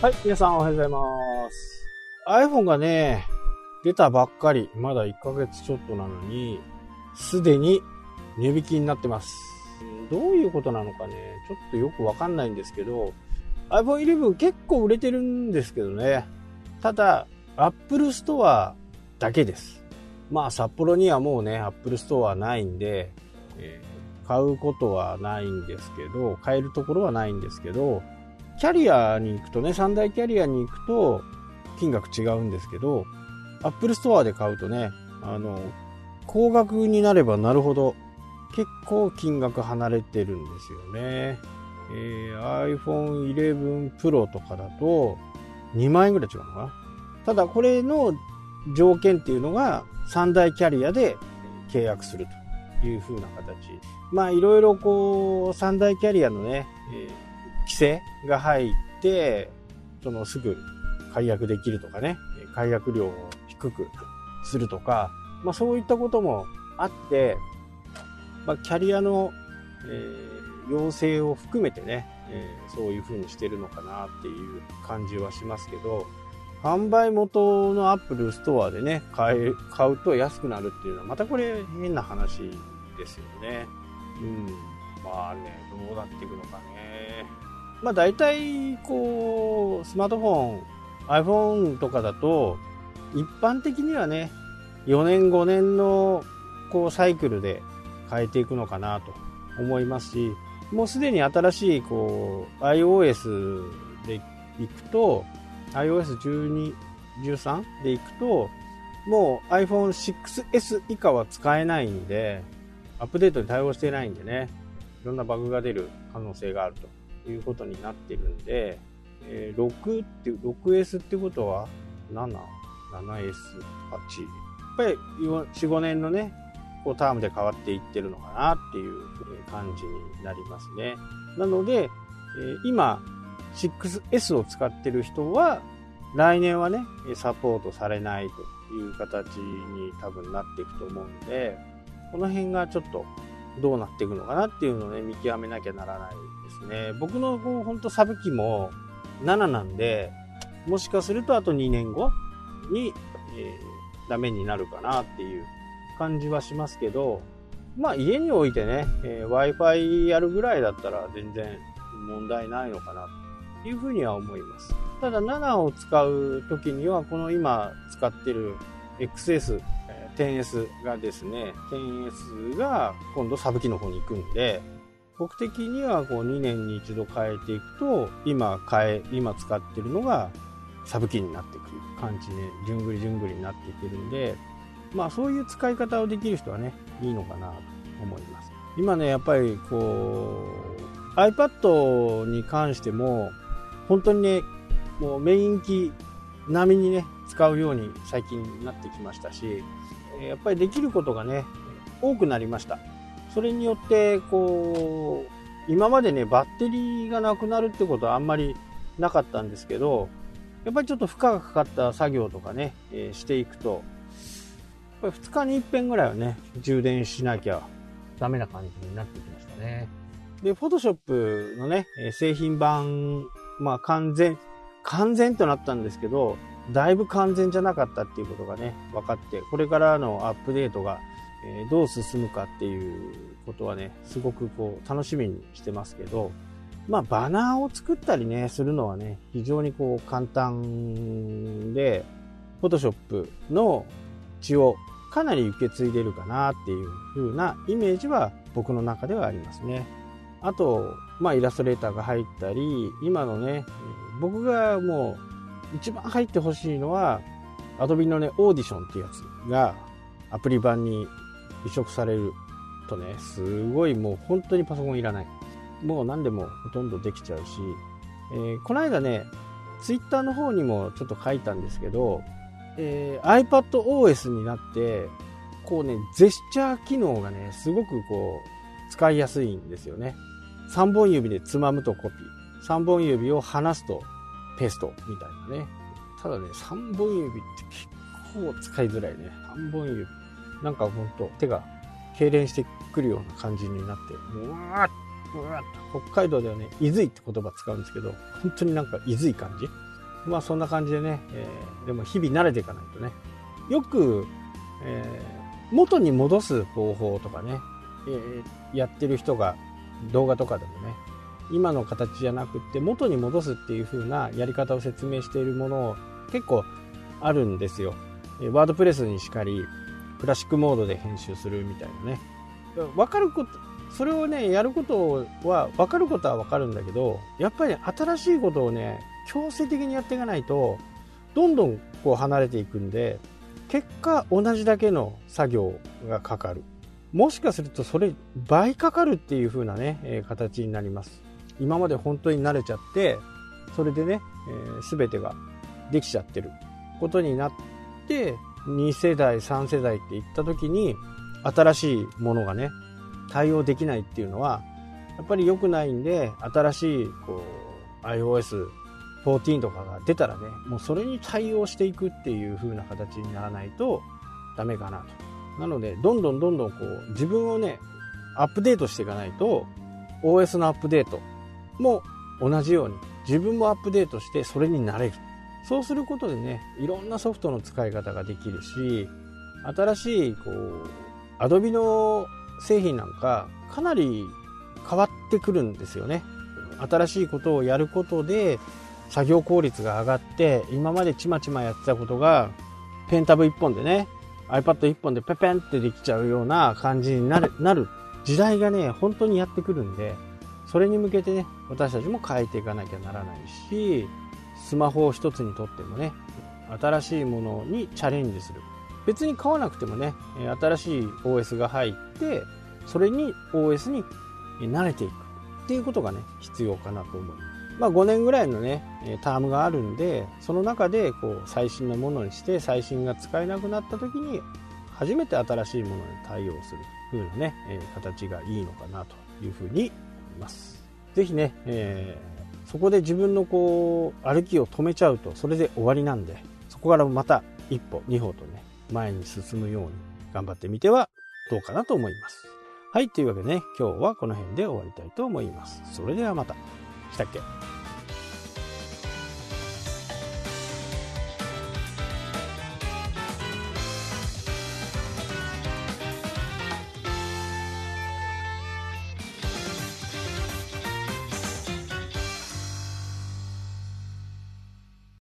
はい、皆さんおはようございます。iPhone がね、出たばっかり、まだ1ヶ月ちょっとなのに、すでに値引きになってます。どういうことなのかね、ちょっとよくわかんないんですけど、iPhone 11結構売れてるんですけどね。ただ、Apple Store だけです。まあ、札幌にはもうね、Apple Store はないんで、買うことはないんですけど、買えるところはないんですけど、キャリアに行くとね、三大キャリアに行くと金額違うんですけど、Apple Store で買うとね、高額になればなるほど結構金額離れてるんですよね。iPhone 11 Pro とかだと2万円ぐらい違うのかな。ただこれの条件っていうのが三大キャリアで契約するという風な形。まあいろいろこう三大キャリアのね、規制が入ってすぐ解約できるとかね、解約料を低くするとか、まあ、そういったこともあって、まあ、キャリアの、要請を含めてね、そういう風にしてるのかなっていう感じはしますけど、販売元の Apple Store でね買うと安くなるっていうのはまたこれ変な話ですよね。まあね、どうなっていくのかね。まあ大体こうスマートフォン iPhone とかだと一般的にはね4年5年のこうサイクルで変えていくのかなと思いますし、もうすでに新しいこう iOS でいくと iOS12、13でいくともう iPhone6S 以下は使えないんで、アップデートに対応していないんでね、いろんなバグが出る可能性があるということになっているんで、6S ってことは7、7S、8。やっぱり4、5年のね、こうタームで変わっていってるのかなっていう感じになりますね。なので、今 6S を使ってる人は来年はね、サポートされないという形に多分なっていくと思うんで、この辺がちょっとどうなっていくのかなっていうのをね、見極めなきゃならないですね。僕の本当サブ機も7なんで、もしかするとあと2年後に、ダメになるかなっていう感じはしますけど、まあ家においてね、Wi-Fi やるぐらいだったら全然問題ないのかなというふうには思います。ただ7を使う時にはこの今使ってる XS、10S がですね、10S が今度サブ機の方に行くんで、僕的にはこう2年に一度変えていくと今使ってるのがサブ機になっていく感じで、じゅんぐりになっていけるんで、まあそういう使い方をできる人はねいいのかなと思います。今ねやっぱりこう iPad に関しても本当にねもうメイン機並みにね使うように最近なってきましたし、やっぱりできることがね多くなりました。それによってこう今までねバッテリーがなくなるってことはあんまりなかったんですけど、やっぱりちょっと負荷がかかった作業とかね、していくとやっぱり2日に一遍ぐらいはね充電しなきゃダメな感じになってきましたね。で、Photoshop のね製品版、まあ完全となったんですけど、だいぶ完全じゃなかったっていうことがね分かって、これからのアップデートがどう進むかっていうことはねすごくこう楽しみにしてますけど、まあバナーを作ったりねするのはね非常にこう簡単で、Photoshop の血をかなり受け継いでるかなっていう風なイメージは僕の中ではありますね。あとまあイラストレーターが入ったり、今のね僕がもう一番入ってほしいのは Adobe のねオーディションっていうやつがアプリ版に移植されるとね、すごいもう本当にパソコンいらない。もう何でもほとんどできちゃうし、この間ね、Twitter の方にもちょっと書いたんですけど、iPadOS になって、こうね、ジェスチャー機能がね、すごくこう、使いやすいんですよね。3本指でつまむとコピー。3本指を離すとペーストみたいなね。ただね、3本指って結構使いづらいね。3本指。なんかほんと手が痙攣してくるような感じになって、うわーっと北海道ではね、いずいって言葉使うんですけど、本当になんかいずい感じ。 そんな感じでね、でも日々慣れていかないとね。よく、元に戻す方法とかね、やってる人が動画とかでもね、今の形じゃなくって元に戻すっていう風なやり方を説明しているものを結構あるんですよ。ワードプレスにしかり、クラシックモードで編集するみたいなね。分かること、それをね、やることは分かることは分かるんだけど、やっぱり新しいことをね、強制的にやっていかないと、どんどんこう離れていくんで、結果同じだけの作業がかかる。もしかするとそれ倍かかるっていう風なね、形になります。今まで本当に慣れちゃって、それでね、全てができちゃってることになって、2世代、3世代っていった時に、新しいものがね、対応できないっていうのは、やっぱり良くないんで、新しいこう iOS14 とかが出たらね、もうそれに対応していくっていう風な形にならないとダメかなと。なので、どんどんこう自分をね、アップデートしていかないと、OS のアップデートも同じように自分もアップデートしてそれになれる。そうすることでね、いろんなソフトの使い方ができるし、新しいこう Adobe の製品なんかかなり変わってくるんですよね。新しいことをやることで作業効率が上がって、今までちまちまやってたことがペンタブ1本でね、 iPad1 本でペペンってできちゃうような感じになる時代がね、本当にやってくるんで、それに向けてね、私たちも変えていかなきゃならないし、スマホを一つにとってもね、新しいものにチャレンジする。別に買わなくてもね、新しい OS が入って、それに OS に慣れていくっていうことがね、必要かなと思います。5年ぐらいのね、タームがあるんで、その中でこう最新のものにして、最新が使えなくなった時に、初めて新しいものに対応する風なね、形がいいのかなというふうに思います。ぜひね、そこで自分のこう歩きを止めちゃうとそれで終わりなんで、そこからまた一歩二歩とね、前に進むように頑張ってみてはどうかなと思います。はい、というわけでね、今日はこの辺で終わりたいと思います。それではまた。したっけ。